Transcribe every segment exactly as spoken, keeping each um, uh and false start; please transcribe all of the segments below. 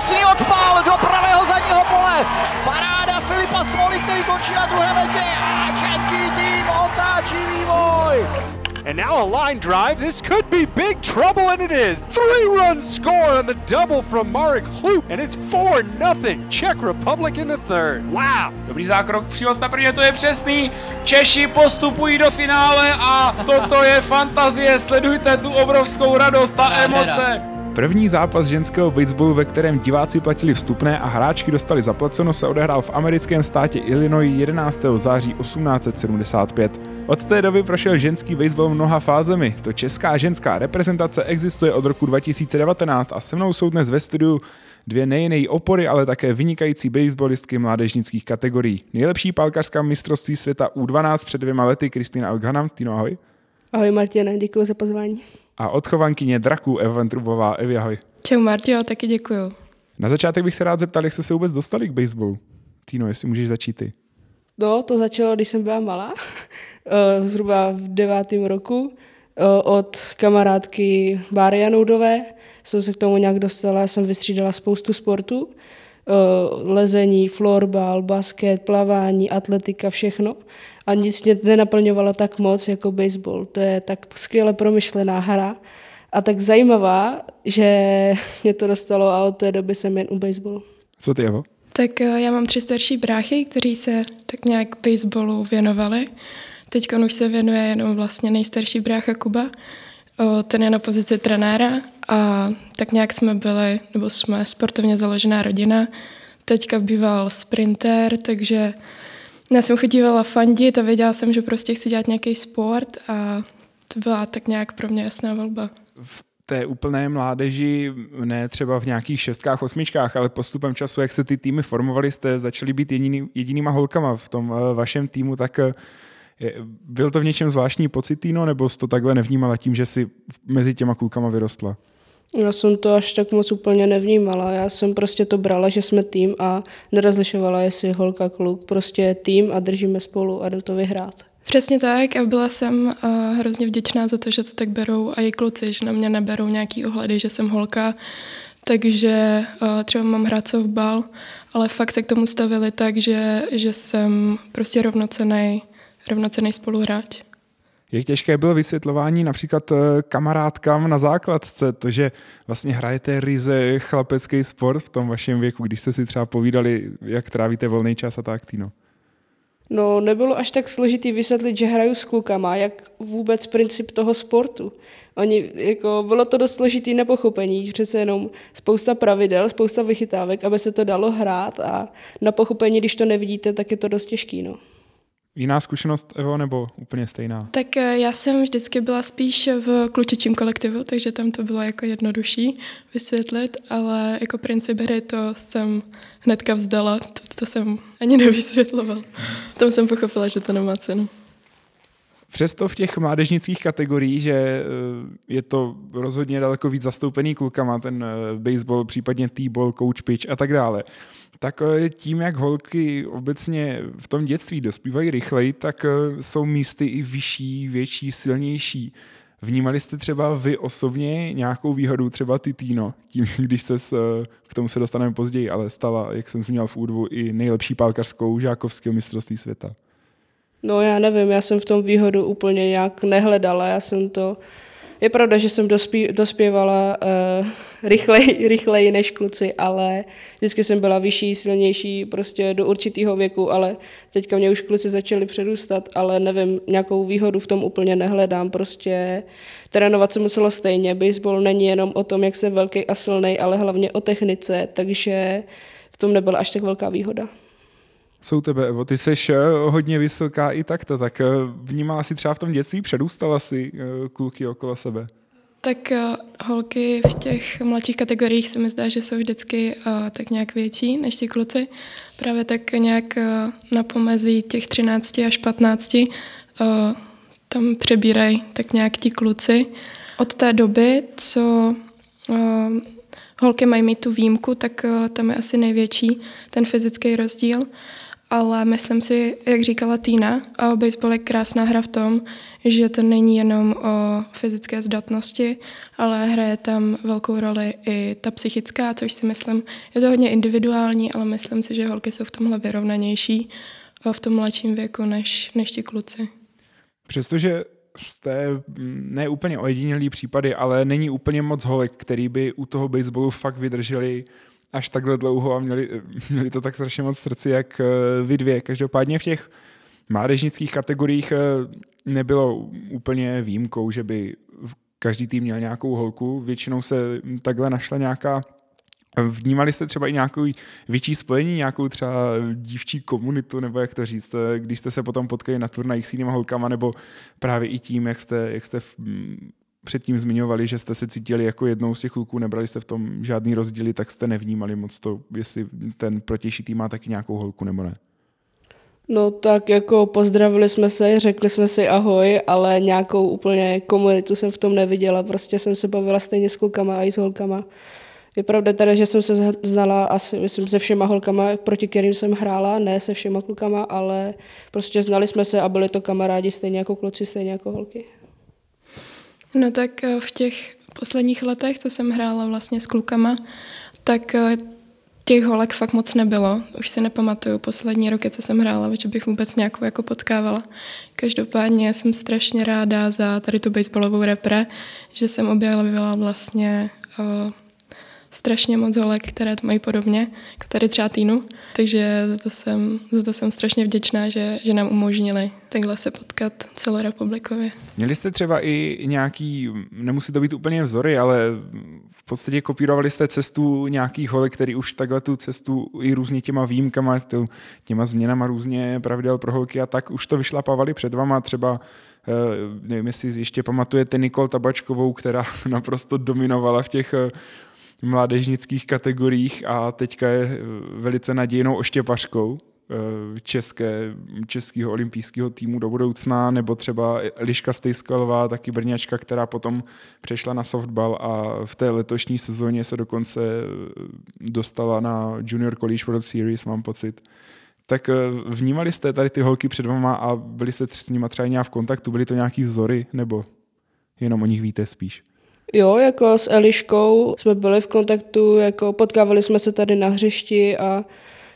krásný odpál do pravého zadního pole. Paráda Filipa Smoly, který končí na druhé metě a český tým otáčí vývoj. And now a line drive. This could be big trouble, and it is. Three-run score on the double from Marek Hloop, and it's four nothing. Czech Republic in the third. Wow. Dobrý zákrok, příhoz na prvně, to je přesný. Češi postupují do finále a toto je fantazie. Sledujte tu obrovskou radost a emoce. První zápas ženského baseballu, ve kterém diváci platili vstupné a hráčky dostali zaplaceno, se odehrál v americkém státě Illinois jedenáctého září osmnáct set sedmdesát pět. Od té doby prošel ženský baseball mnoha fázemi. To česká ženská reprezentace existuje od roku dva tisíce devatenáct a se mnou jsou dnes ve studiu dvě nejen její opory, ale také vynikající baseballistky mládežnických kategorií. Nejlepší pálkařská mistrovství světa U dvanáct před dvěma lety Kristýna Elghana. Tino, ahoj. Ahoj Martina, děkuji za pozvání. A odchovankyně draků Eva Ventrubová. Evi, ahoj. Čau Martio, taky děkuju. Na začátek bych se rád zeptal, jak jste se vůbec dostali k baseballu. Tino, jestli můžeš začít ty. No, to začalo, když jsem byla malá, zhruba v devátém roku, od kamarádky Báry Janoudové. Jsem se k tomu nějak dostala, já jsem vystřídala spoustu sportů, lezení, florbal, basket, plavání, atletika, všechno. A nic mě nenaplňovalo tak moc jako baseball. To je tak skvěle promyšlená hra a tak zajímavá, že mě to dostalo a od té doby jsem jen u baseballu. Co ty, Evo? Tak já mám tři starší bráchy, kteří se tak nějak baseballu věnovali. Teď už se věnuje jenom vlastně nejstarší brácha Kuba. Ten je na pozici trenéra a tak nějak jsme byli, nebo jsme sportovně založená rodina. Teďka býval sprinter, takže já jsem chodívala fandit a věděla jsem, že prostě chci dělat nějaký sport a to byla tak nějak pro mě jasná volba. V té úplné mládeži, ne třeba v nějakých šestkách, osmičkách, ale postupem času, jak se ty týmy formovaly, jste začali být jediný, jedinýma holkama v tom vašem týmu, tak je, byl to v něčem zvláštní pocit, Tino, nebo jsi to takhle nevnímala tím, že jsi mezi těma klukama vyrostla? Já jsem to až tak moc úplně nevnímala. Já jsem prostě to brala, že jsme tým a nerozlišovala, jestli holka, kluk. Prostě tým a držíme spolu a jdem to vyhrát. Přesně tak a byla jsem uh, hrozně vděčná za to, že to tak berou a i kluci, že na mě neberou nějaký ohledy, že jsem holka, takže uh, třeba mám hrát softball, ale fakt se k tomu stavili tak, že, že jsem prostě rovnocenný, rovnocenný spoluhráč. Jak těžké bylo vysvětlování například kamarádkám na základce, to, že vlastně hrajete ryze chlapecký sport v tom vašem věku, když jste si třeba povídali, jak trávíte volný čas a tak, Tino? No, nebylo až tak složitý vysvětlit, že hraju s klukama, jak vůbec princip toho sportu. Oni, jako, bylo to dost složitý nepochopení, přece jenom spousta pravidel, spousta vychytávek, aby se to dalo hrát a na pochopení, když to nevidíte, tak je to dost těžký, no. Jiná zkušenost, Evo, nebo úplně stejná? Tak já jsem vždycky byla spíš v klučičím kolektivu, takže tam to bylo jako jednodušší vysvětlit, ale jako princip hry to jsem hnedka vzdala, to, to jsem ani nevysvětloval. Tam jsem pochopila, že to nemá cenu. Přesto v těch mládežnických kategoriích, že je to rozhodně daleko víc zastoupený klukama, ten baseball, případně t-ball, coach pitch a tak dále, tak tím, jak holky obecně v tom dětství dospívají rychleji, tak jsou místy i vyšší, větší, silnější. Vnímali jste třeba vy osobně nějakou výhodu, třeba ty, Tino, tím, když se k tomu se dostaneme později, ale stala, jak jsem zmínil v úvodu, i nejlepší pálkařskou žákovského mistrovství světa? No já nevím, já jsem v tom výhodu úplně nějak nehledala, já jsem to... Je pravda, že jsem dospí, dospěvala uh, rychleji, rychleji než kluci, ale vždycky jsem byla vyšší, silnější prostě do určitého věku, ale teďka mě už kluci začali předůstat, ale nevím, nějakou výhodu v tom úplně nehledám, prostě trénovat se muselo stejně. Baseball není jenom o tom, jak jsem velký a silnej, ale hlavně o technice, takže v tom nebyla až tak velká výhoda. Jsou tebe, Evo, ty seš hodně vysoká i takto, tak vnímala si třeba v tom dětství, předůstala si kluky okolo sebe? Tak uh, holky v těch mladších kategoriích se mi zdá, že jsou vždycky uh, tak nějak větší než ti kluci. Právě tak nějak uh, na pomezí těch třinácti až patnácti uh, tam přebírají tak nějak ti kluci. Od té doby, co uh, holky mají mít tu výjimku, tak uh, tam je asi největší ten fyzický rozdíl. ale myslím si, jak říkala Týna, baseball je krásná hra v tom, že to není jenom o fyzické zdatnosti, ale hraje tam velkou roli i ta psychická, což si myslím, je to hodně individuální, ale myslím si, že holky jsou v tomhle vyrovnanější v tom mladším věku než, než ti kluci. Přestože jste ne úplně ojedinělý případy, ale není úplně moc holek, který by u toho baseballu fakt vydrželi až takhle dlouho a měli, měli to tak strašně moc v srdci, jak vy dvě. Každopádně v těch mládežnických kategoriích nebylo úplně výjimkou, že by každý tým měl nějakou holku. Většinou se takhle našla nějaká. Vnímali jste třeba i nějakou větší spojení, nějakou třeba dívčí komunitu, nebo jak to říct, když jste se potom potkali na turnajích s jinýma holkama, nebo právě i tím, jak jste, jak jste předtím zmiňovali, že jste se cítili jako jednou z těch kluků, nebrali jste v tom žádný rozdíly, tak jste nevnímali moc to, jestli ten protější tým má taky nějakou holku nebo ne. No tak jako pozdravili jsme se, řekli jsme si ahoj, ale nějakou úplně komunitu jsem v tom neviděla, prostě jsem se bavila stejně s klukama a i s holkama. Je pravda teda, že jsem se znala asi, myslím, se všema holkama, proti kterým jsem hrála, ne se všema klukama, ale prostě znali jsme se a byli to kamarádi stejně jako kluci, stejně jako holky. No tak v těch posledních letech, co jsem hrála vlastně s klukama, tak těch holek fakt moc nebylo. Už si nepamatuju poslední roky, co jsem hrála, že bych vůbec nějakou jako potkávala. Každopádně jsem strašně ráda za tady tu baseballovou repre, že jsem objevila vlastně uh, strašně moc holek, které to mají podobně, jako tady třeba Týnu. Takže za to jsem, za to jsem strašně vděčná, že, že nám umožnili takhle se potkat celorepublikově. Měli jste třeba i nějaký, nemusí to být úplně vzory, ale v podstatě kopírovali jste cestu nějakých holek, který už takhle tu cestu i různě těma výjimkama, těma změnama různě pravidel pro holky a tak už to vyšlapávali před vama, třeba nevím, jestli ještě pamatujete Nikol Tabačkovou, která naprosto dominovala v těch mládežnických kategoriích a teďka je velice nadějnou oštěpařkou české, českého olympijského týmu do budoucna, nebo třeba Eliška Stejskalová, taky brňačka, která potom přešla na softball a v té letošní sezóně se dokonce dostala na Junior College World Series, mám pocit. Tak vnímali jste tady ty holky před váma a byli jste s nimi třeba nějak v kontaktu? Byly to nějaký vzory, nebo jenom o nich víte spíš? Jo, jako s Eliškou jsme byli v kontaktu, jako potkávali jsme se tady na hřišti a uh,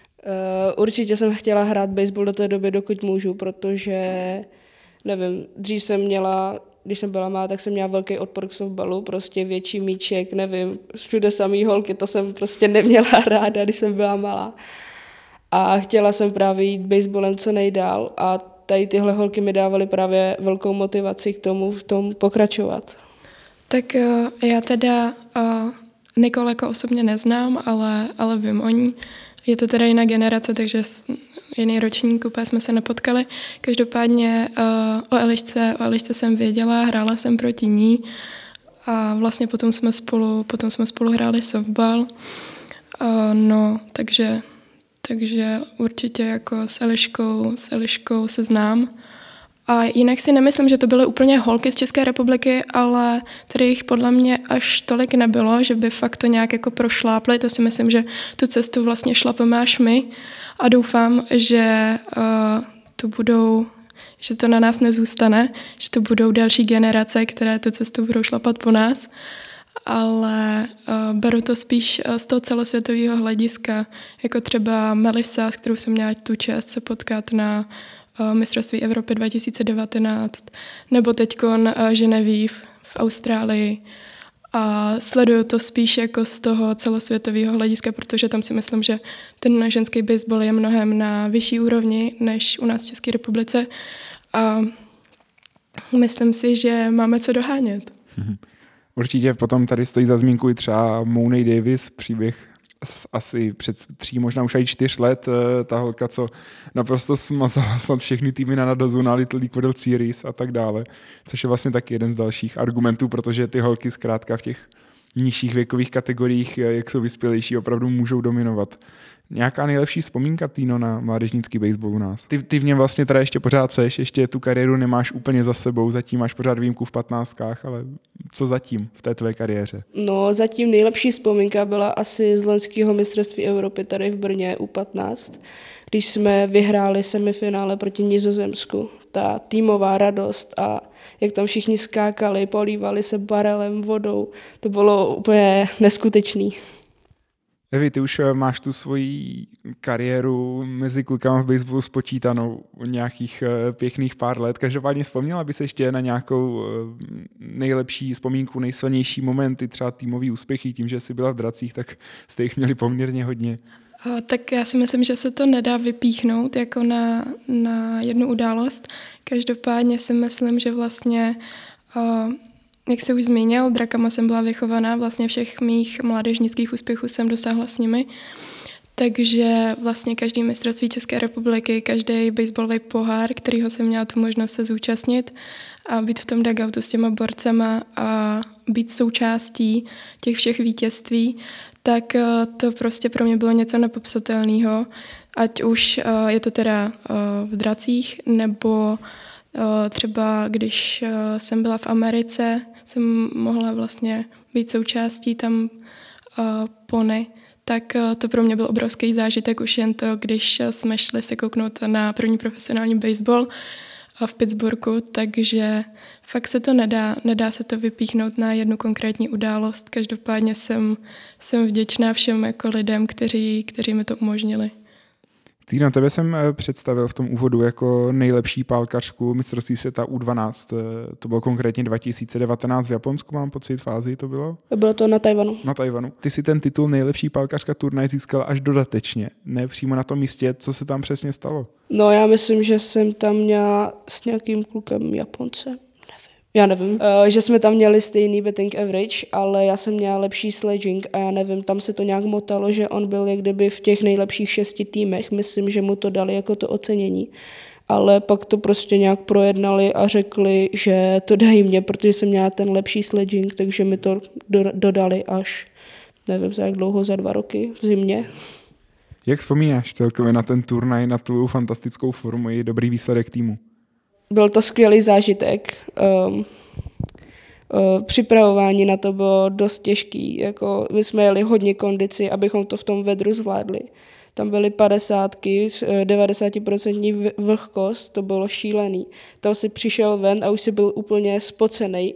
určitě jsem chtěla hrát baseball do té doby, dokud můžu, protože, nevím, dřív jsem měla, když jsem byla malá, tak jsem měla velký odpor k softballu, prostě větší míček, nevím, všude samý holky, to jsem prostě neměla ráda, když jsem byla malá. A chtěla jsem právě jít baseballem co nejdál a tady tyhle holky mi dávaly právě velkou motivaci k tomu v tom pokračovat. Tak já teda uh, Nikol jako osobně neznám, ale, ale vím o ní. Je to teda jiná generace, takže jiný ročník, úplně jsme se nepotkali. Každopádně uh, o Elišce, o Elišce jsem věděla, hrála jsem proti ní a vlastně potom jsme spolu, potom jsme spolu hráli softball. Uh, no, takže, takže určitě jako s Eliškou, s Eliškou se znám. A jinak si nemyslím, že to byly úplně holky z České republiky, ale tady jich podle mě až tolik nebylo, že by fakt to nějak jako prošláply. To si myslím, že tu cestu vlastně šlapeme až my a doufám, že uh, to budou, že to na nás nezůstane, že to budou další generace, které tu cestu budou šlapat po nás. Ale uh, beru to spíš uh, z toho celosvětového hlediska, jako třeba Melissa, s kterou jsem měla tu čest se potkat na mistrovství Evropy dva tisíce devatenáct, nebo teďkon Genevieve v Austrálii. A sleduju to spíš jako z toho celosvětového hlediska, protože tam si myslím, že ten ženský baseball je mnohem na vyšší úrovni než u nás v České republice. A myslím si, že máme co dohánět. Určitě potom tady stojí za zmínku i třeba Mooney Davis, příběh asi před tří, možná už i čtyř let, ta holka, co naprosto smazala snad všechny týmy na nadozu na Little League World Series a tak dále, což je vlastně taky jeden z dalších argumentů, protože ty holky zkrátka v těch nižších věkových kategoriích, jak jsou vyspělejší, opravdu můžou dominovat. Nějaká nejlepší vzpomínka, Týno, na mládežnický baseball u nás? Ty, ty v něm vlastně teda ještě pořád seš, ještě tu kariéru nemáš úplně za sebou, zatím máš pořád výjimku v patnáctkách, ale co zatím v té tvé kariéře? No, zatím nejlepší vzpomínka byla asi z loňského mistrovství Evropy tady v Brně U patnáct, když jsme vyhráli semifinále proti Nizozemsku. Ta týmová radost a jak tam všichni skákali, polívali se barelem, vodou, to bylo úplně neskutečný. Evi, ty už máš tu svoji kariéru mezi klukama v baseballu spočítanou nějakých pěkných pár let. Každopádně vzpomněla bys ještě na nějakou nejlepší vzpomínku, nejsilnější momenty, třeba týmový úspěchy, tím, že jsi byla v Dracích, tak jste jich měli poměrně hodně. O, tak já si myslím, že se to nedá vypíchnout jako na, na jednu událost. Každopádně si myslím, že vlastně... O, jak se už zmínil, drakama jsem byla vychovaná, vlastně všech mých mládežnických úspěchů jsem dosáhla s nimi. Takže vlastně každý mistrovství České republiky, každý baseballový pohár, kterýho jsem měla tu možnost se zúčastnit a být v tom dugoutu s těma borcema a být součástí těch všech vítězství, tak to prostě pro mě bylo něco nepopsatelného. Ať už je to teda v Dracích, nebo třeba když jsem byla v Americe, jsem mohla vlastně být součástí tam pony, tak to pro mě byl obrovský zážitek už jen to, když jsme šli se kouknout na první profesionální baseball v Pittsburghu, takže fakt se to nedá, nedá se to vypíchnout na jednu konkrétní událost. Každopádně jsem, jsem vděčná všem jako lidem, kteří, kteří mi to umožnili. Týno, tebe jsem představil v tom úvodu jako nejlepší pálkařku mistrovství světa U dvanáct. To bylo konkrétně dva tisíce devatenáct v Japonsku, mám pocit, v Ázii to bylo? Bylo to na Tajvanu. Na Tajvanu. Ty si ten titul nejlepší pálkařka turnaj získala až dodatečně, ne přímo na tom místě. Co se tam přesně stalo? No já myslím, že jsem tam měla s nějakým klukem Japonce. Já nevím, uh, že jsme tam měli stejný betting average, ale já jsem měla lepší sledging a já nevím, tam se to nějak motalo, že on byl jak kdyby v těch nejlepších šesti týmech. Myslím, že mu to dali jako to ocenění. Ale pak to prostě nějak projednali a řekli, že to dají mě, protože jsem měla ten lepší sledging, takže mi to do, dodali až, nevím, za jak dlouho, za dva roky v zimě. Jak vzpomínáš celkově na ten turnaj, na tu fantastickou formu i dobrý výsledek týmu? Byl to skvělý zážitek. Um, uh, připravování na to bylo dost těžký. Jako, my jsme jeli hodně kondici, abychom to v tom vedru zvládli. Tam byly padesátky, devadesát procent vlhkost, to bylo šílený. Tam si přišel ven a už si byl úplně spocenej.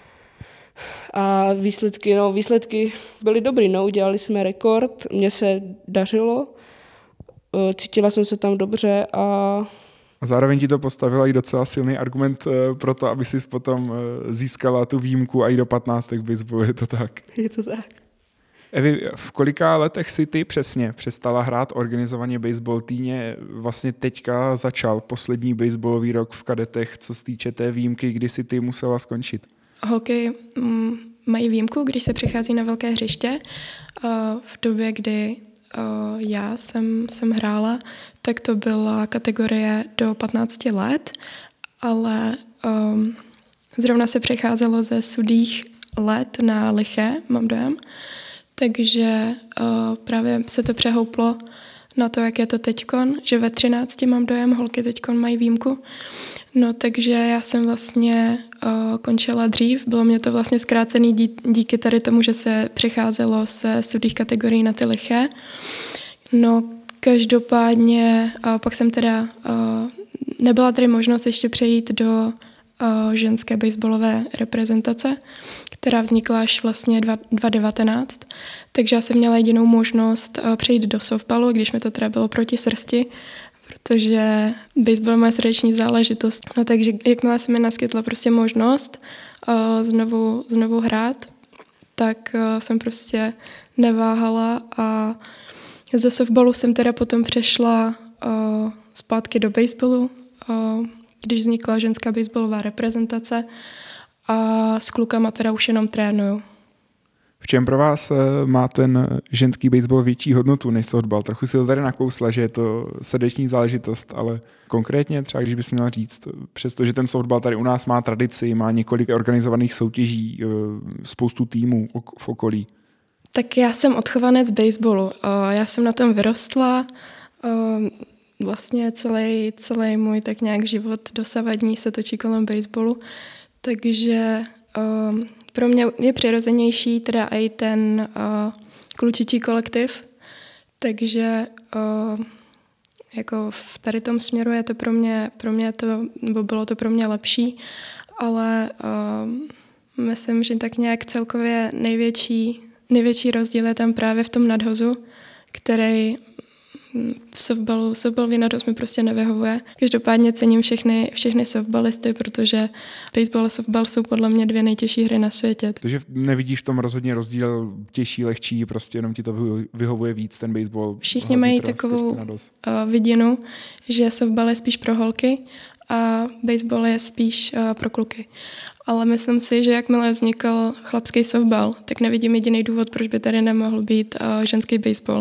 A výsledky, no, výsledky byly dobrý, no, udělali jsme rekord, mně se dařilo, cítila jsem se tam dobře a A zároveň ti to postavila i docela silný argument pro to, aby jsi potom získala tu výjimku a i do patnáctek baseballu, je to tak? Je to tak. Evi, v kolika letech si ty přesně přestala hrát organizovaně baseball? Týně vlastně teďka začal poslední baseballový rok v kadetech, co se týče té výjimky, kdy si ty musela skončit? Holky mm, mají výjimku, když se přichází na velké hřiště. V době, kdy já jsem, jsem hrála, tak to byla kategorie do patnácti let, ale um, zrovna se přecházelo ze sudých let na liché, mám dojem, takže uh, právě se to přehouplo na to, jak je to teďkon, že ve třinácti mám dojem, holky teďkon mají výjimku. No takže já jsem vlastně uh, končila dřív, bylo mě to vlastně zkrácený dí, díky tady tomu, že se přecházelo se sudých kategorií na ty liché. No každopádně uh, pak jsem teda, uh, nebyla tady možnost ještě přejít do uh, ženské baseballové reprezentace, která vznikla až vlastně dva tisíce devatenáct, takže já jsem měla jedinou možnost uh, přejít do softballu, když mi to teda bylo proti srsti, protože baseball je moje srdeční záležitost. No takže jakmile se mi naskytla prostě možnost uh, znovu, znovu hrát, tak uh, jsem prostě neváhala a ze softballu jsem teda potom přešla uh, zpátky do baseballu, uh, když vznikla ženská baseballová reprezentace a s klukama teda už jenom trénuju. V čem pro vás má ten ženský baseball větší hodnotu než softball? Trochu si to tady nakousla, že je to srdeční záležitost, ale konkrétně třeba, když bys měla říct, přestože ten softball tady u nás má tradici, má několik organizovaných soutěží, spoustu týmů v okolí. Tak já jsem odchovanec baseballu. Já jsem na tom vyrostla. Vlastně celý, celý můj tak nějak život dosavadní se točí kolem baseballu, takže pro mě je přirozenější teda i ten uh, klučičí kolektiv, takže uh, jako v tady tom směru je to pro mě, pro mě to, nebo bylo to pro mě lepší, ale uh, myslím, že tak nějak celkově největší, největší rozdíl je tam právě v tom nadhozu, který v softballu, softballový nadhoz mi prostě nevyhovuje. Každopádně cením všechny, všechny softballisty, protože baseball a softball jsou podle mě dvě nejtěžší hry na světě. Takže nevidíš v tom rozhodně rozdíl těžší, lehčí, prostě jenom ti to vyhovuje víc, ten baseball. Všichni mají takovou uh, vidinu, že softball je spíš pro holky a baseball je spíš uh, pro kluky. Ale myslím si, že jakmile vznikl chlapský softball, tak nevidím jediný důvod, proč by tady nemohl být uh, ženský baseball.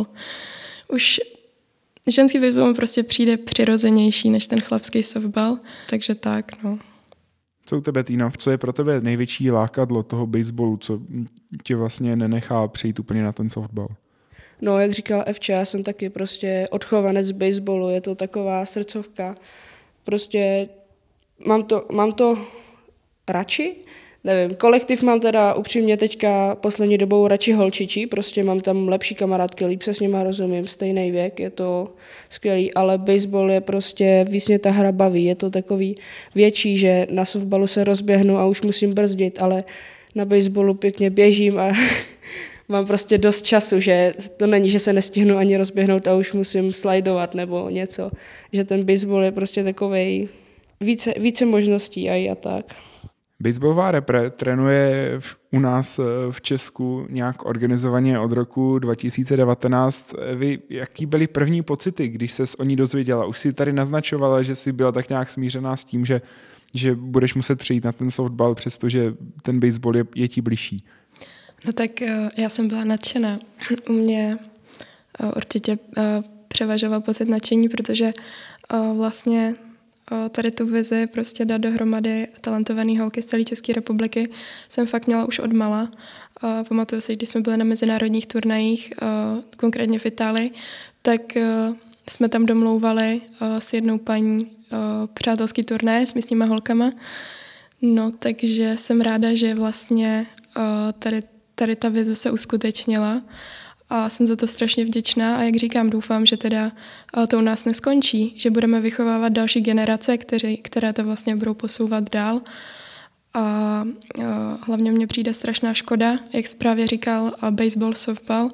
Už ženský baseball prostě přijde přirozenější než ten chlapský softball, takže tak, no. Co u tebe, Týno? Co je pro tebe největší lákadlo toho baseballu, co tě vlastně nenechá přejít úplně na ten softball? No, jak říkal Evče, já jsem taky prostě odchovanec baseballu, je to taková srdcovka. Prostě mám to, mám to radši, nevím, kolektiv mám teda upřímně teďka poslední dobou radši holčičí, prostě mám tam lepší kamarádky, líp se s nima rozumím, stejný věk, je to skvělý, ale baseball je prostě, víc mě ta hra baví, je to takový větší, že na softballu se rozběhnu a už musím brzdit, ale na baseballu pěkně běžím a mám prostě dost času, že to není, že se nestihnu ani rozběhnout a už musím slajdovat nebo něco, že ten baseball je prostě takovej více, více možností a, a tak. Baseballová repre trénuje u nás v Česku nějak organizovaně od roku dva tisíce devatenáct. Vy, jaký byly první pocity, když ses o ní dozvěděla? Už si tady naznačovala, že jsi byla tak nějak smířená s tím, že, že budeš muset přejít na ten softball, přestože ten baseball je, je ti bližší. No tak já jsem byla nadšená. U mě určitě převažoval pocit nadšení, protože vlastně tady tu vizi prostě dát dohromady talentovaný holky z celé České republiky jsem fakt měla už od mala. Pamatuju si, když jsme byli na mezinárodních turnajích, konkrétně v Itálii, tak jsme tam domlouvali s jednou paní přátelský turnaj s místníma holkama. No, takže jsem ráda, že vlastně tady, tady ta vize se uskutečnila. A jsem za to strašně vděčná a jak říkám, doufám, že teda to u nás neskončí, že budeme vychovávat další generace, které, které to vlastně budou posouvat dál. A, a hlavně mně přijde strašná škoda, jak jsi právě říkal, baseball, softball.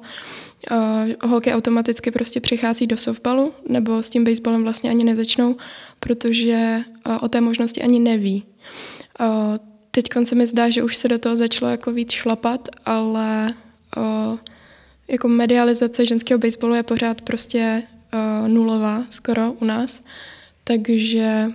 A holky automaticky prostě přichází do softballu, nebo s tím baseballem vlastně ani nezačnou, protože o té možnosti ani neví. A teď se mi zdá, že už se do toho začalo jako víc šlapat, ale a, jako medializace ženského baseballu je pořád prostě uh, nulová skoro u nás, takže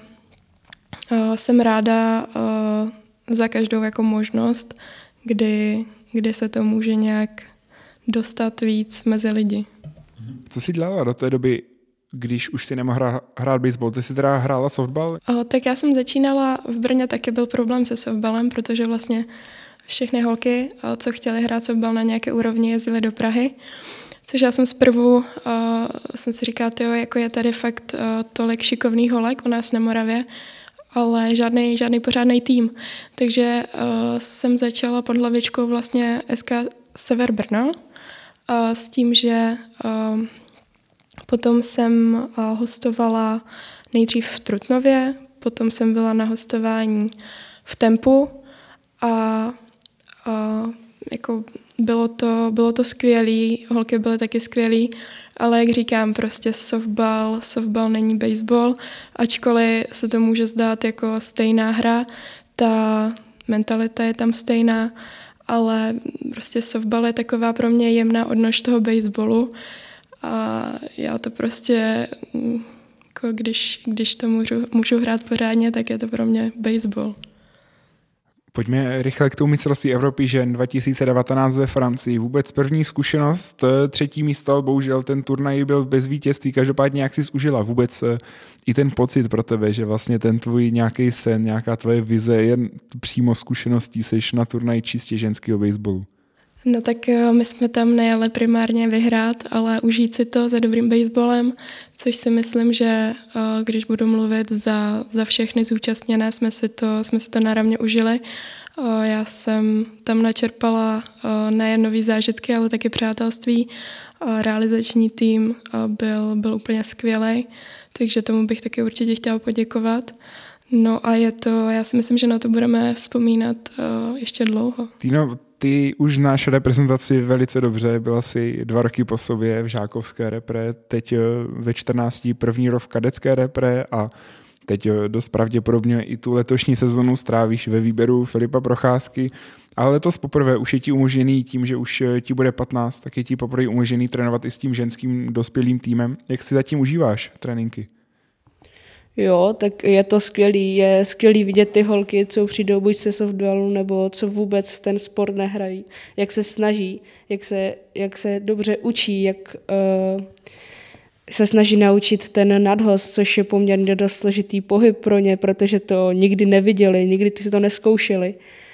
uh, jsem ráda uh, za každou jako možnost, kdy, kdy se to může nějak dostat víc mezi lidi. Co jsi dělala do té doby, když už si nemohla hrát baseball? Ty jsi teda hrála softball? Uh, tak já jsem začínala, v Brně taky byl problém se softballem, protože vlastně všechny holky, co chtěly hrát softball na nějaké úrovni, jezdily do Prahy. Což já jsem zprvu, uh, jsem si říkala, tyjo, jako je tady fakt uh, tolik šikovných holek u nás na Moravě, ale žádný, žádný pořádný tým. Takže uh, jsem začala pod hlavičkou vlastně S K Sever Brno uh, s tím, že uh, potom jsem uh, hostovala nejdřív v Trutnově, potom jsem byla na hostování v Tempu a Uh, jako bylo to, bylo to skvělý, holky byly taky skvělý, ale jak říkám, prostě softball, softball není baseball, ačkoliv se to může zdát jako stejná hra, ta mentalita je tam stejná, ale prostě softball je taková pro mě jemná odnož toho baseballu a já to prostě, jako když, když to můžu, můžu hrát pořádně, tak je to pro mě baseball. Pojďme rychle k tomu mistrovství Evropy žen dva tisíce devatenáct ve Francii. Vůbec první zkušenost, třetí místo, bohužel ten turnaj byl bez vítězství, každopádně jak jsi užila vůbec i ten pocit pro tebe, že vlastně ten tvůj nějaký sen, nějaká tvoje vize je přímo zkušeností, seš na turnaj čistě ženského baseballu. No tak my jsme tam nejeli primárně vyhrát, ale užít si to za dobrým baseballem, což si myslím, že když budu mluvit za, za všechny zúčastněné, jsme si to, jsme si to náravně užili. Já jsem tam načerpala nejen nový zážitky, ale taky přátelství. Realizační tým byl, byl úplně skvělý, takže tomu bych taky určitě chtěla poděkovat. No a je to, já si myslím, že na to budeme vzpomínat ještě dlouho. Týno, ty už znáš reprezentaci velice dobře, byla si dva roky po sobě v žákovské repre, teď ve čtrnácti první rok v kadetské repre a teď dost pravděpodobně i tu letošní sezonu strávíš ve výběru Filipa Procházky, ale letos poprvé už je ti umožněný tím, že už ti bude patnáct, tak je ti poprvé umožněný trénovat i s tím ženským dospělým týmem. Jak si zatím užíváš tréninky? Jo, tak je to skvělý. Je skvělý vidět ty holky, co přijdou buď se softballu, nebo co vůbec ten sport nehrají. Jak se snaží, jak se, jak se dobře učí, jak uh, se snaží naučit ten nadhoz, což je poměrně dost složitý pohyb pro ně, protože to nikdy neviděli, nikdy si to neskoušeli.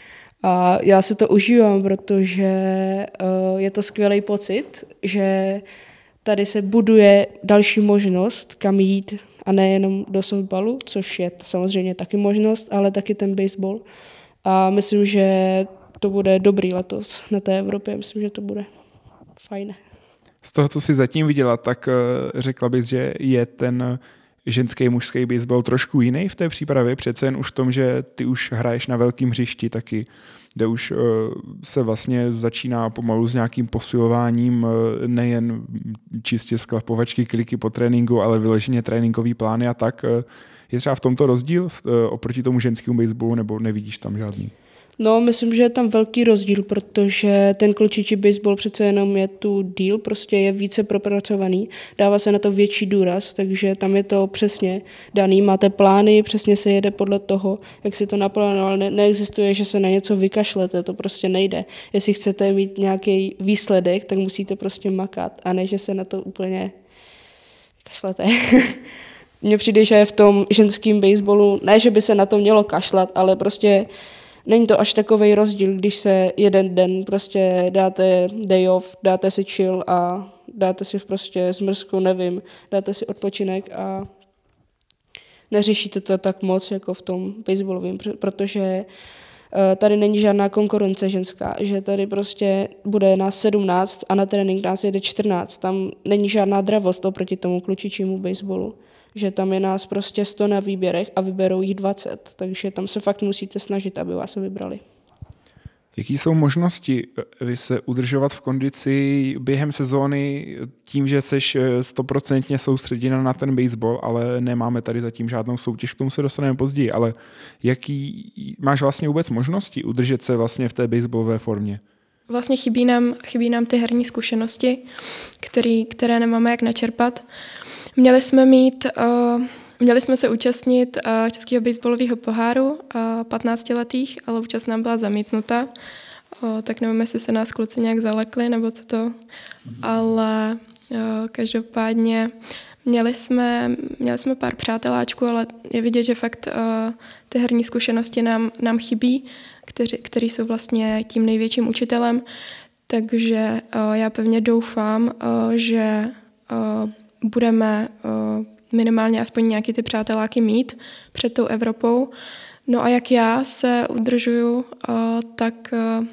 A já si to užívám, protože uh, je to skvělý pocit, že tady se buduje další možnost, kam jít, a nejenom do softballu, což je samozřejmě taky možnost, ale taky ten baseball. A myslím, že to bude dobrý letos na té Evropě. Myslím, že to bude fajn. Z toho, co jsi zatím viděla, tak řekla bys, že je ten ženský mužský baseball trošku jiný v té přípravě, přece jen už v tom, že ty už hraješ na velkém hřišti taky, kde už se vlastně začíná pomalu s nějakým posilováním nejen čistě sklapovačky, kliky po tréninku, ale vyloženě tréninkový plány a tak. Je třeba v tomto rozdíl oproti tomu ženskému baseballu, nebo nevidíš tam žádný? No, myslím, že je tam velký rozdíl, protože ten klučičí baseball přece jenom je tu díl, prostě je více propracovaný, dává se na to větší důraz, takže tam je to přesně daný, máte plány, přesně se jede podle toho, jak si to naplánoval, ne- neexistuje, že se na něco vykašlete, to prostě nejde. Jestli chcete mít nějaký výsledek, tak musíte prostě makat, a ne, že se na to úplně vykašlete. Mně přijde, že v tom ženském baseballu, ne, že by se na to mělo kašlat, ale prostě není to až takovej rozdíl, když se jeden den prostě dáte day off, dáte si chill a dáte si prostě zmrzku, nevím, dáte si odpočinek a neřešíte to tak moc jako v tom baseballovém, protože tady není žádná konkurence ženská, že tady prostě bude nás sedmnáct a na trénink nás jede čtrnáct, tam není žádná dravost oproti tomu klučičímu baseballu, že tam je nás prostě sto na výběrech a vyberou jich dvacet, takže tam se fakt musíte snažit, aby vás vybrali. Jaký jsou možnosti vy se udržovat v kondici během sezóny tím, že seš stoprocentně soustředěna na ten baseball, ale nemáme tady zatím žádnou soutěž, k tomu se dostaneme později, ale jaký máš vlastně vůbec možnosti udržet se vlastně v té baseballové formě? Vlastně chybí nám, chybí nám ty herní zkušenosti, který, které nemáme jak načerpat. Měli jsme mít, uh, měli jsme se účastnit uh, Českého baseballového poháru uh, patnáctiletých, ale účast nám byla zamítnuta, uh, tak nevím, jestli se nás kluci nějak zalekli, nebo co to, mm-hmm. ale uh, každopádně měli jsme, měli jsme pár přáteláčků, ale je vidět, že fakt uh, ty herní zkušenosti nám, nám chybí, kteří, kteří jsou vlastně tím největším učitelem, takže uh, já pevně doufám, uh, že uh, budeme uh, minimálně aspoň nějaký ty přáteláky mít před tou Evropou. No a jak já se udržuju, uh, tak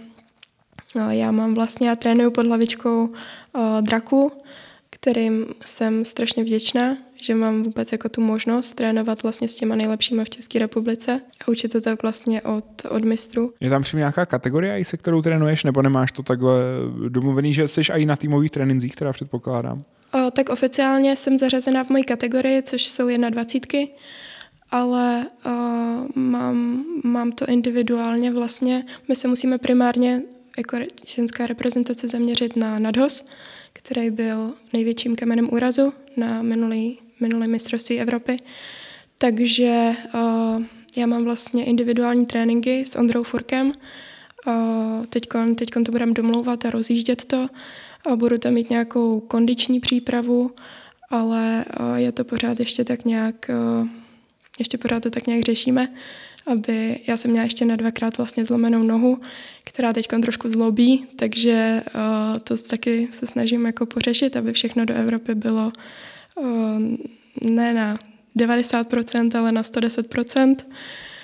uh, já mám vlastně, já trénuju pod hlavičkou uh, Draku, kterým jsem strašně vděčná, že mám vůbec jako tu možnost trénovat vlastně s těma nejlepšíma v České republice a učit to tak vlastně od, od mistrů. Je tam přímo nějaká kategorie, se kterou trénuješ, nebo nemáš to takhle domluvený, že jsi i na týmových trénincích, která předpokládám? O, tak oficiálně jsem zařazená v mojí kategorii, což jsou jednadvacítky, ale o, mám, mám to individuálně vlastně. My se musíme primárně jako ženská reprezentace zaměřit na nadhoz, který byl největším kamenem úrazu na minulý, minulý mistrovství Evropy. Takže o, já mám vlastně individuální tréninky s Ondrou Furkem. Teďkon, teďkon to budeme domlouvat a rozjíždět to. A budu tam mít nějakou kondiční přípravu, ale je to pořád ještě tak nějak, ještě pořád to tak nějak řešíme, aby já jsem měla ještě na dvakrát vlastně zlomenou nohu, která teď trošku zlobí, takže to taky se snažím jako pořešit, aby všechno do Evropy bylo ne na devadesát procent, ale na sto deset procent.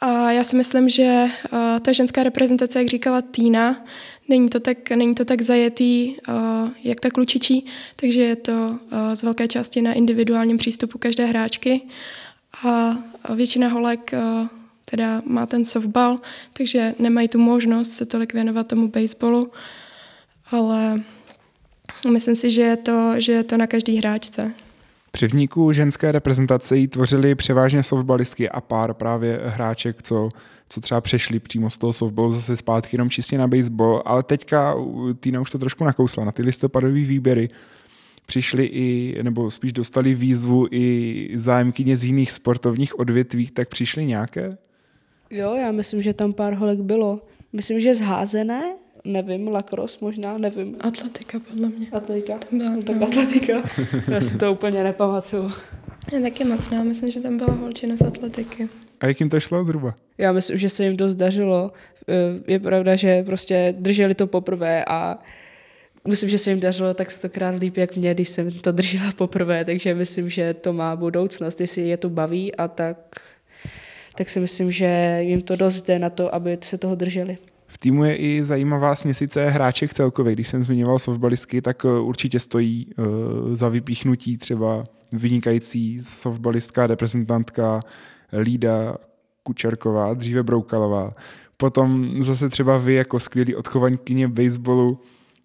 A já si myslím, že uh, ta ženská reprezentace, jak říkala Týna, není to tak, není to tak zajetý, uh, jak ta klučičí, takže je to uh, z velké části na individuálním přístupu každé hráčky. A většina holek uh, teda má ten softball, takže nemají tu možnost se tolik věnovat tomu baseballu, ale myslím si, že je to, že je to na každý hráčce. Přivníků ženské reprezentace jí tvořily převážně softballistky a pár právě hráček, co, co třeba přešli přímo z toho softballu zase zpátky jenom čistě na baseball, ale teďka Týna už to trošku nakousla. Na ty listopadové výběry přišli i, nebo spíš dostali výzvu i zájemkyně z jiných sportovních odvětví, tak přišly nějaké? Jo, já myslím, že tam pár holek bylo. Myslím, že zházené, nevím, lacrosse možná, nevím. Atletika podle mě. Atletika? Byla, No, tak no. atletika. Já si to úplně nepamatuju. Já taky moc ne, myslím, že tam byla holčina z atletiky. A jak jim to šlo zhruba? Já myslím, že se jim dost dařilo. Je pravda, že prostě drželi to poprvé a myslím, že se jim dařilo tak stokrát líp, jak mě, když jsem to držela poprvé, takže myslím, že to má budoucnost, jestli je to baví a tak, tak si myslím, že jim to dost jde na to, aby se toho drželi. V týmu je i zajímavá směsice hráček celkově. Když jsem zmiňoval softballistky, tak určitě stojí uh, za vypíchnutí třeba vynikající softballistka, reprezentantka Lída Kučerková, dříve Broukalová. Potom zase třeba vy jako skvělý odchovankyně baseballu.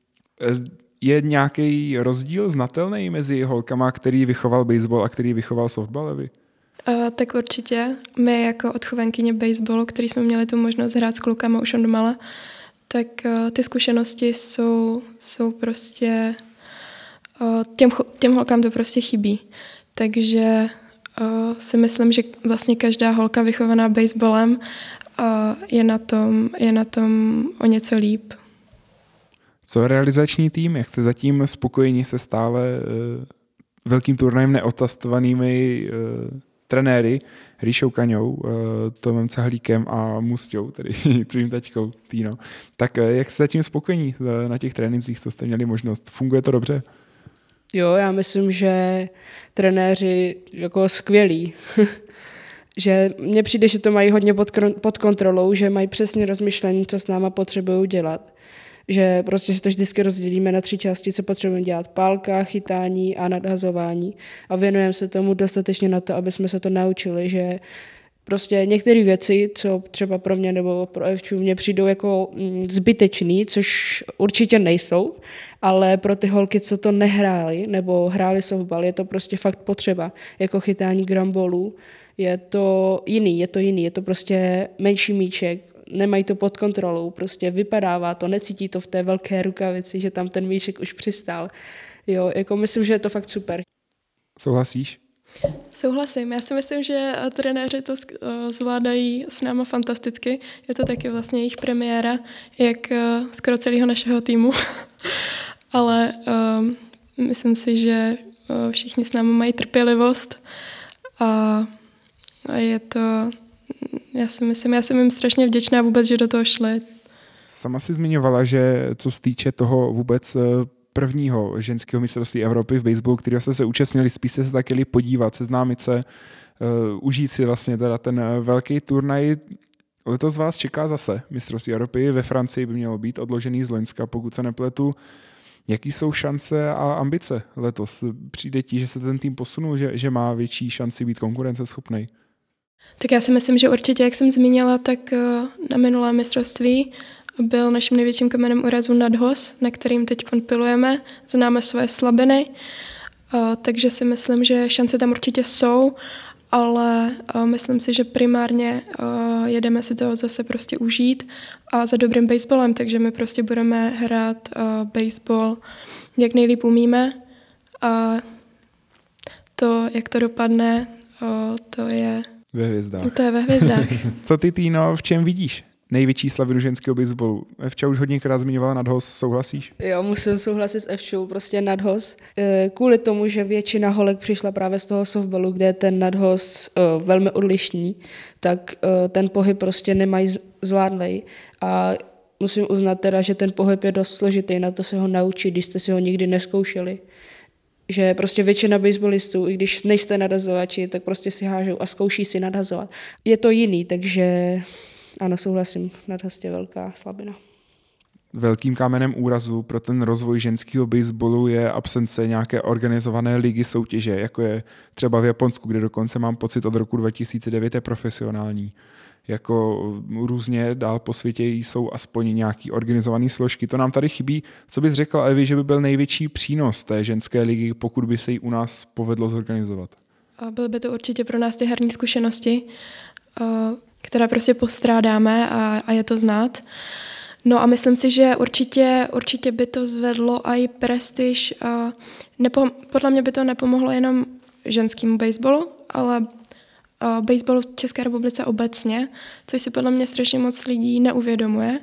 Je nějaký rozdíl znatelný mezi holkama, který vychoval baseball a který vychoval softball? Vy? Uh, tak určitě. My jako odchovankyně baseballu, který jsme měli tu možnost hrát s klukama už od mala, tak uh, ty zkušenosti jsou, jsou prostě... Uh, těm, těm holkám to prostě chybí. Takže uh, si myslím, že vlastně každá holka vychovaná baseballem uh, je, na tom, je na tom o něco líp. Co realizační tým? Jak jste zatím spokojeni se stále uh, velkým turnajem neotastovanými uh, trenéry Ríšou Kaňou, uh, Tomem Cahlíkem a Musťou, tedy tvým taťkou Týno. Tak uh, jak jste zatím spokojení uh, na těch trénincích, co jste měli možnost? Funguje to dobře? Jo, já myslím, že trenéři jako skvělí. Že mně přijde, že to mají hodně pod, pod kontrolou, že mají přesně rozmyšlení, co s náma potřebují dělat. Že prostě si to vždycky rozdělíme na tři části, co potřebujeme dělat. Pálka, chytání a nadhazování. A věnujeme se tomu dostatečně na to, aby jsme se to naučili, že prostě některé věci, co třeba pro mě nebo pro Evču mě přijdou jako zbytečný, což určitě nejsou, ale pro ty holky, co to nehrály nebo hrály softball, je to prostě fakt potřeba. Jako chytání grambolů, je to jiný, je to jiný, je to prostě menší míček, nemají to pod kontrolou, prostě vypadává to, necítí to v té velké rukavici, že tam ten míček už přistál. Jo, jako myslím, že je to fakt super. Souhlasíš? Souhlasím. Já si myslím, že trenéři to zvládají s náma fantasticky. Je to taky vlastně jejich premiéra, jak skoro celého našeho týmu. Ale um, myslím si, že všichni s námi mají trpělivost a, a je to, já si myslím, já jsem jim strašně vděčná vůbec, že do toho šli. Sama si zmiňovala, že co se týče toho vůbec prvního ženského mistrovství Evropy v baseballu, kterého jste se účastnili, spíš se tak jeli podívat, seznámit se, uh, užít si vlastně teda ten velký turnaj. Letos vás čeká zase mistrovství Evropy, ve Francii by mělo být odložený z loňska, pokud se nepletu. Jaký jsou šance a ambice letos? Přijde ti, že se ten tým posunul, že, že má větší šanci být konkurenceschopný? Tak já si myslím, že určitě, jak jsem zmínila, tak na minulé mistrovství byl naším největším kamenem úrazu nadhoz, na kterým teď pilujeme, známe své slabiny, takže si myslím, že šance tam určitě jsou, ale myslím si, že primárně jedeme si toho zase prostě užít a za dobrým baseballem, takže my prostě budeme hrát baseball, jak nejlíp umíme a to, jak to dopadne, to je ve hvězdách. To je ve hvězdách. Co ty, Týno, v čem vidíš největší slavinu ženského baseballu? Evča už hodněkrát zmiňovala nadhoz, souhlasíš? Jo, musím souhlasit s Evčou, prostě nadhoz. Kvůli tomu, že většina holek přišla právě z toho softballu, kde je ten nadhoz velmi odlišný, tak ten pohyb prostě nemají zvládlej. A musím uznat teda, že ten pohyb je dost složitý, na to se ho naučit, když jste si ho nikdy neskoušeli. že prostě většina baseballistů, i když nejste nadhazovači, tak prostě si hážou a zkouší si nadhazovat. Je to jiný, takže ano, souhlasím, nadhaz je velká slabina. Velkým kámenem úrazu pro ten rozvoj ženského baseballu je absence nějaké organizované ligy soutěže, jako je třeba v Japonsku, kde dokonce mám pocit od roku dva tisíce devět je profesionální. Jako různě dál po světě jsou aspoň nějaký organizované složky. To nám tady chybí. Co bys řekla, Evi, že by byl největší přínos té ženské ligy, pokud by se jí u nás povedlo zorganizovat? Byly by to určitě pro nás ty herní zkušenosti, které prostě postrádáme a, a je to znát. No a myslím si, že určitě, určitě by to zvedlo i prestiž. A nepo, podle mě by to nepomohlo jenom ženskému baseballu, ale a baseballu v České republice obecně, což si podle mě strašně moc lidí neuvědomuje.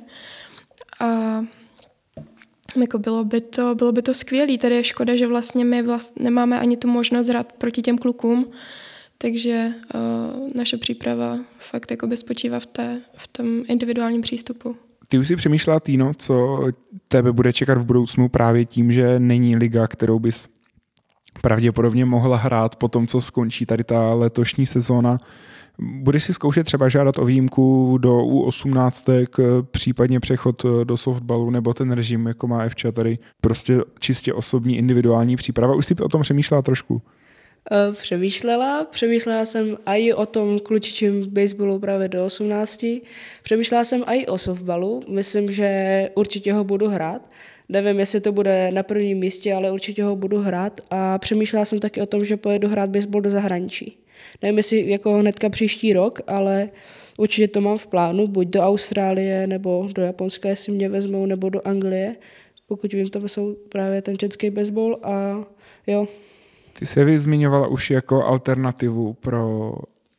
A jako bylo by to, bylo by to skvělé. Tady je škoda, že vlastně my vlastně nemáme ani tu možnost hrát proti těm klukům, takže uh, naše příprava fakt jakoby spočívá v, té, v tom individuálním přístupu. Ty už si přemýšlela, Týno, co tebe bude čekat v budoucnu právě tím, že není liga, kterou bys pravděpodobně mohla hrát po tom, co skončí tady ta letošní sezóna. Budeš si zkoušet třeba žádat o výjimku do U osmnáct, případně přechod do softballu nebo ten režim, jako má Evča tady, prostě čistě osobní individuální příprava. Už si o tom přemýšlela trošku? Přemýšlela. Přemýšlela jsem i o tom klučičím baseballu právě do osmnácti. Přemýšlela jsem i o softballu. Myslím, že určitě ho budu hrát. Nevím, jestli to bude na prvním místě, ale určitě ho budu hrát. A přemýšlela jsem taky o tom, že pojedu hrát baseball do zahraničí. Nevím, jestli jako hnedka příští rok, ale určitě to mám v plánu, buď do Austrálie, nebo do Japonska, jestli mě vezmou, nebo do Anglie. Pokud vím, to jsou právě ten ženský baseball a jo. Ty se zmiňovala už jako alternativu pro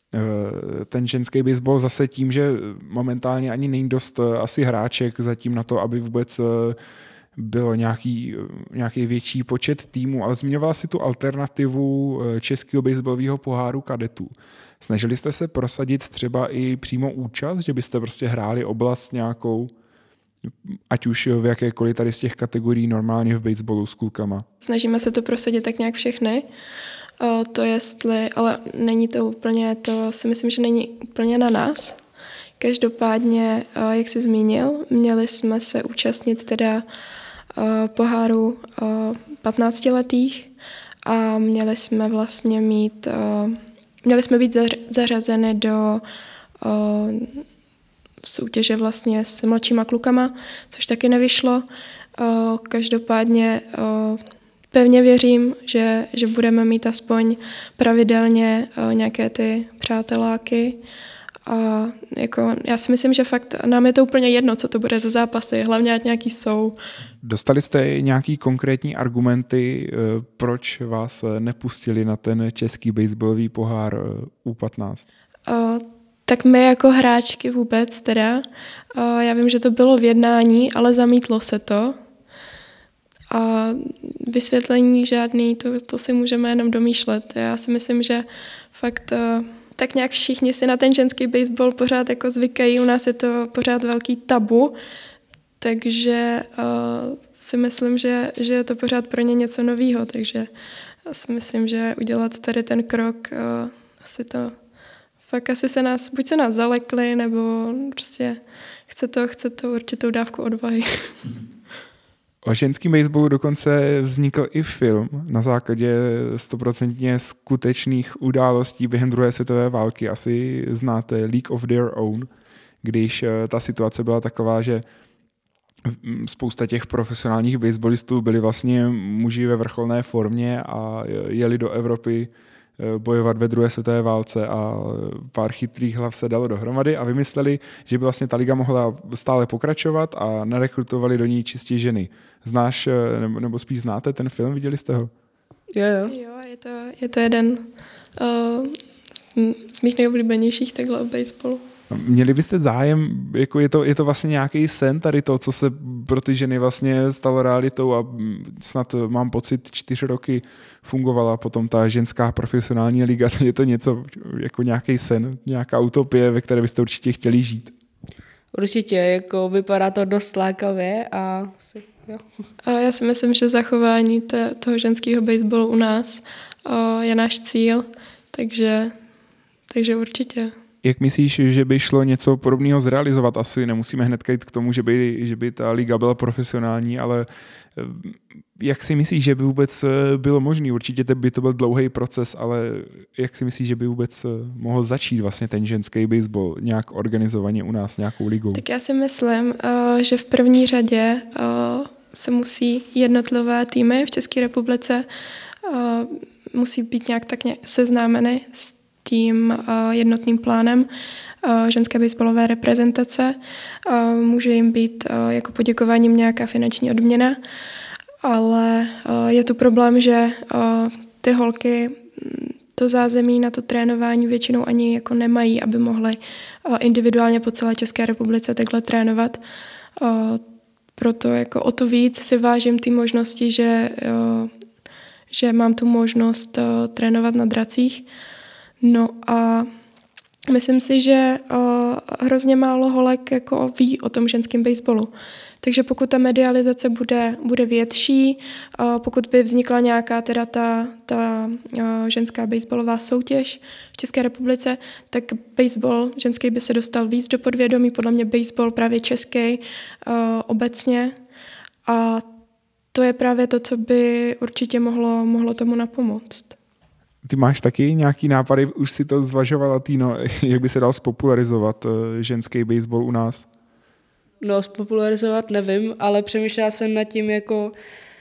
ten ženský baseball zase tím, že momentálně ani není dost asi hráček zatím na to, aby vůbec bylo nějaký, nějaký větší počet týmů, ale zmiňovala si tu alternativu českého baseballového poháru kadetů. Snažili jste se prosadit třeba i přímo účast, že byste prostě hráli oblast nějakou, ať už v jakékoliv tady z těch kategorií normálně v baseballu s klukama? Snažíme se to prosadit tak nějak všechny. O, to jestli, ale není to úplně, to si myslím, že není úplně na nás. Každopádně, jak jsi zmínil, měli jsme se účastnit teda poháru patnáctiletých a měli jsme vlastně mít, měli jsme být zařazeny do soutěže vlastně s mladšíma klukama, což taky nevyšlo. Každopádně pevně věřím, že, že budeme mít aspoň pravidelně nějaké ty přáteláky. A jako, já si myslím, že fakt nám je to úplně jedno, co to bude za zápasy, hlavně ať nějaký jsou. Dostali jste nějaký konkrétní argumenty, proč vás nepustili na ten český baseballový pohár U patnáct? Uh, tak my jako hráčky vůbec teda, uh, já vím, že to bylo v jednání, ale zamítlo se to. A vysvětlení žádný, to, to si můžeme jenom domýšlet. Já si myslím, že fakt... Uh, tak nějak všichni si na ten ženský baseball pořád jako zvykají. U nás je to pořád velký tabu, takže uh, si myslím, že, že je to pořád pro ně něco novýho, takže já si myslím, že udělat tady ten krok, uh, asi to, fakt asi se nás, buď se nás zalekli, nebo prostě chce to, chce to určitou dávku odvahy. O ženském baseballu dokonce vznikl i film na základě stoprocentně skutečných událostí během druhé světové války. Asi znáte League of Their Own, když ta situace byla taková, že spousta těch profesionálních baseballistů byli vlastně muži ve vrcholné formě a jeli do Evropy bojovat ve druhé světové válce a pár chytrých hlav se dalo dohromady a vymysleli, že by vlastně ta liga mohla stále pokračovat a narekrutovali do ní čistě ženy. Znáš, nebo, nebo spíš znáte ten film? Viděli jste ho? Jo, jo. Jo, je to, je to jeden uh, z mých nejoblíbenějších takhle o baseballu. Měli byste zájem, jako je to, je to vlastně nějaký sen tady to, co se pro ty ženy vlastně stalo realitou a snad mám pocit čtyři roky fungovala potom ta ženská profesionální liga, je to něco jako nějaký sen, nějaká utopie, ve které byste určitě chtěli žít. Určitě, jako vypadá to dost lákavě a jo. Já si myslím, že zachování te, toho ženského baseballu u nás o, je náš cíl, takže, takže určitě. Jak myslíš, že by šlo něco podobného zrealizovat? Asi nemusíme hned jít k tomu, že by, že by ta liga byla profesionální, ale jak si myslíš, že by vůbec bylo možné? Určitě by to byl dlouhý proces, ale jak si myslíš, že by vůbec mohl začít vlastně ten ženský baseball nějak organizovaně u nás, nějakou ligou? Tak já si myslím, že v první řadě se musí jednotlivé týmy v České republice musí být nějak tak seznámeny s tím jednotným plánem ženské baseballové reprezentace. Může jim být jako poděkováním nějaká finanční odměna, ale je tu problém, že ty holky to zázemí na to trénování většinou ani jako nemají, aby mohly individuálně po celé České republice takhle trénovat. Proto jako o to víc si vážím ty možnosti, že, že mám tu možnost trénovat na dracích. No a myslím si, že uh, hrozně málo holek jako ví o tom ženském baseballu. Takže pokud ta medializace bude, bude větší, uh, pokud by vznikla nějaká teda ta, ta uh, ženská baseballová soutěž v České republice, tak baseball ženský by se dostal víc do podvědomí, podle mě baseball právě český uh, obecně. A to je právě to, co by určitě mohlo, mohlo tomu napomoct. Ty máš taky nějaký nápady, už si to zvažovala, Týno, jak by se dal spopularizovat ženský baseball u nás? No, spopularizovat nevím, ale přemýšlela jsem nad tím, jako, uh,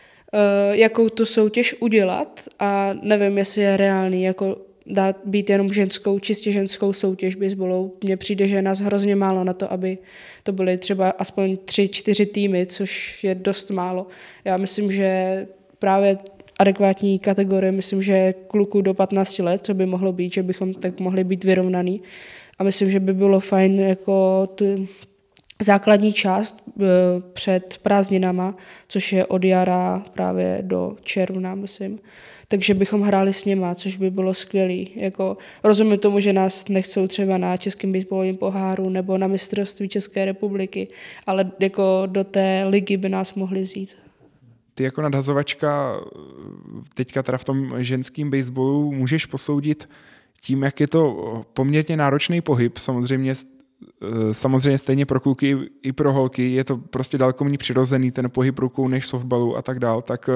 jakou tu soutěž udělat a nevím, jestli je reálný jako dát být jenom ženskou, čistě ženskou soutěž baseballovou. Mně přijde, že je nás hrozně málo na to, aby to byly třeba aspoň tři, čtyři týmy, což je dost málo. Já myslím, že právě adekvátní kategorie, myslím, že kluků do patnácti let, co by mohlo být, že bychom tak mohli být vyrovnaný. A myslím, že by bylo fajn jako tu základní část před prázdninama, což je od jara právě do června, myslím. Takže bychom hráli s něma, což by bylo skvělý. Jako, rozumím tomu, že nás nechcou třeba na českém baseballovém poháru nebo na mistrovství České republiky, ale jako do té ligy by nás mohli vzít. Ty jako nadhazovačka teďka teda v tom ženském baseballu můžeš posoudit tím, jak je to poměrně náročný pohyb, samozřejmě, samozřejmě stejně pro kluky i pro holky, je to prostě daleko méně přirozený ten pohyb rukou než softballu a tak dál, tak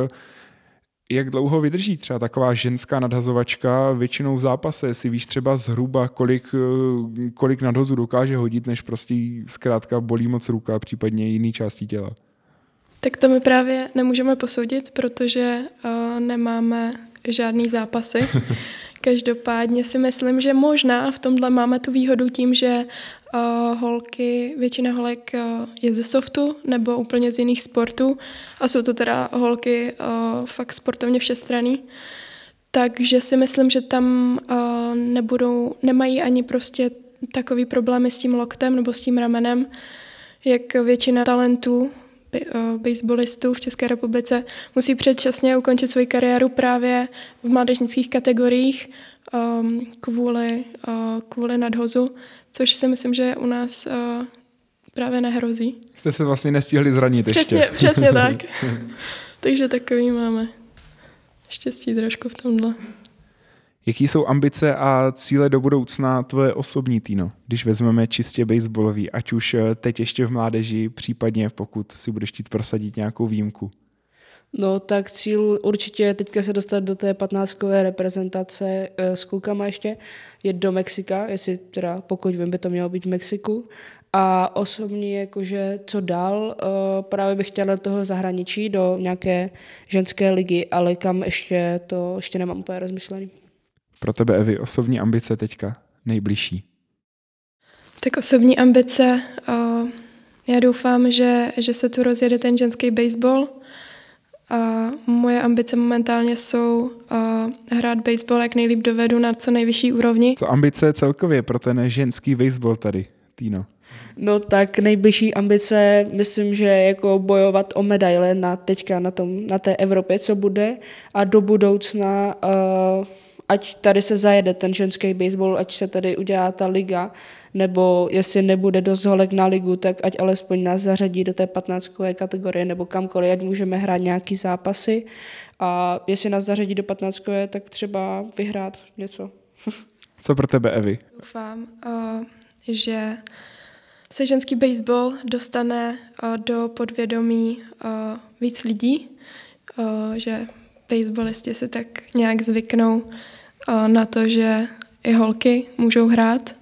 jak dlouho vydrží třeba taková ženská nadhazovačka většinou v zápase, si víš třeba zhruba, kolik, kolik nadhozu dokáže hodit, než prostě zkrátka bolí moc ruka, případně jiný části těla? Tak to my právě nemůžeme posoudit, protože uh, nemáme žádný zápasy. Každopádně si myslím, že možná v tomhle máme tu výhodu tím, že uh, holky, většina holek uh, je ze softu nebo úplně z jiných sportů a jsou to teda holky uh, fakt sportovně všestranný. Takže si myslím, že tam uh, nebudou, nemají ani prostě takový problémy s tím loktem nebo s tím ramenem, jak většina talentů baseballistů v České republice musí předčasně ukončit svoji kariéru právě v mládežnických kategoriích um, kvůli, uh, kvůli nadhozu, což si myslím, že u nás uh, právě nehrozí. Jste se vlastně nestihli zranit přesně, ještě. Přesně tak. Takže takový máme štěstí trošku v tomhle. Jaký jsou ambice a cíle do budoucna tvoje osobní, Týno, když vezmeme čistě baseballový, ať už teď ještě v mládeži, případně pokud si budeš chtít prosadit nějakou výjimku? No tak cíl určitě je teďka se dostat do té patnáctkové reprezentace e, s klukama ještě, jet do Mexika, jestli teda pokud vím, by to mělo být v Mexiku. A osobně jakože co dál, e, právě bych chtěla do toho zahraničí, do nějaké ženské ligy, ale kam ještě to ještě nemám úplně rozmyšlený. Pro tebe, Evi, osobní ambice teďka nejbližší? Tak osobní ambice, uh, já doufám, že, že se tu rozjede ten ženský baseball. A moje ambice momentálně jsou uh, hrát baseball, jak nejlíp dovedu na co nejvyšší úrovni. Co ambice celkově pro ten ženský baseball tady, Týno? No tak nejbližší ambice, myslím, že jako bojovat o medaile na teďka na, tom, na té Evropě, co bude, a do budoucna uh, ať tady se zajede ten ženský baseball, ať se tady udělá ta liga, nebo jestli nebude dost holek na ligu, tak ať alespoň nás zařadí do té patnáctkové kategorie nebo kamkoliv, ať můžeme hrát nějaký zápasy a jestli nás zařadí do patnáctkové, tak třeba vyhrát něco. Co pro tebe, Evi? Doufám, uh, že se ženský baseball dostane uh, do podvědomí uh, víc lidí, uh, že baseballisti si tak nějak zvyknou uh, na to, že i holky můžou hrát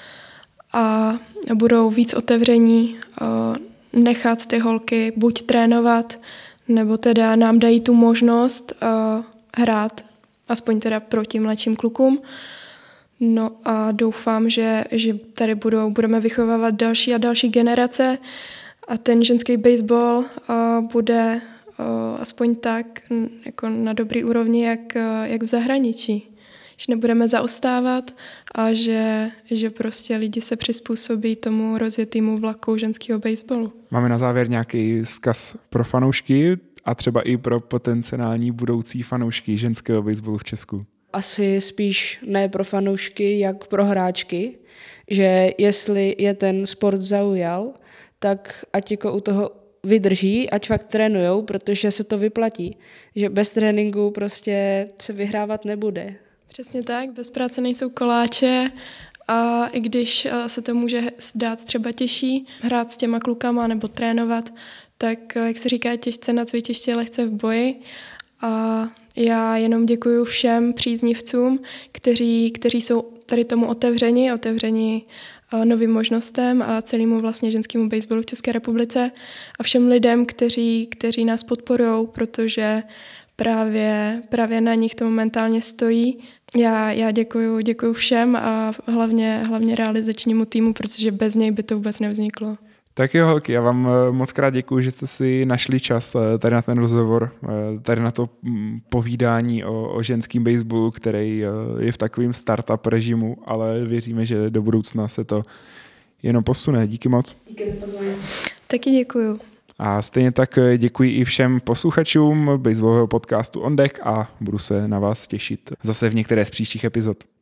a budou víc otevření uh, nechat ty holky buď trénovat, nebo teda nám dají tu možnost uh, hrát aspoň teda proti mladším klukům. No a doufám, že, že tady budou, budeme vychovávat další a další generace a ten ženský baseball uh, bude uh, aspoň tak jako na dobrý úrovni, jak, uh, jak v zahraničí. Že nebudeme zaostávat a že, že prostě lidi se přizpůsobí tomu rozjetýmu vlaku ženského baseballu. Máme na závěr nějaký vzkaz pro fanoušky a třeba i pro potenciální budoucí fanoušky ženského baseballu v Česku. Asi spíš ne pro fanoušky, jak pro hráčky, že jestli je ten sport zaujal, tak ať jako u toho vydrží, ať fakt trénujou, protože se to vyplatí. Že bez tréninku prostě se vyhrávat nebude. Přesně tak, bez práce nejsou koláče a i když se to může dát třeba těžší, hrát s těma klukama nebo trénovat, tak jak se říká, těžce na cvičišti, lehce v boji. A já jenom děkuju všem příznivcům, kteří, kteří jsou tady tomu otevřeni, otevřeni novým možnostem a celému vlastně ženskému baseballu v České republice a všem lidem, kteří, kteří nás podporují, protože právě, právě na nich to momentálně stojí. Já, já děkuju, děkuju všem a hlavně, hlavně realizačnímu týmu, protože bez něj by to vůbec nevzniklo. Tak jo, holky, já vám moc krát děkuji, že jste si našli čas tady na ten rozhovor, tady na to povídání o, o ženském baseballu, který je v takovém startup režimu, ale věříme, že do budoucna se to jenom posune. Díky moc. Díky za pozvání. Taky děkuju. A stejně tak děkuji i všem posluchačům baseballového podcastu On Deck a budu se na vás těšit zase v některé z příštích epizod.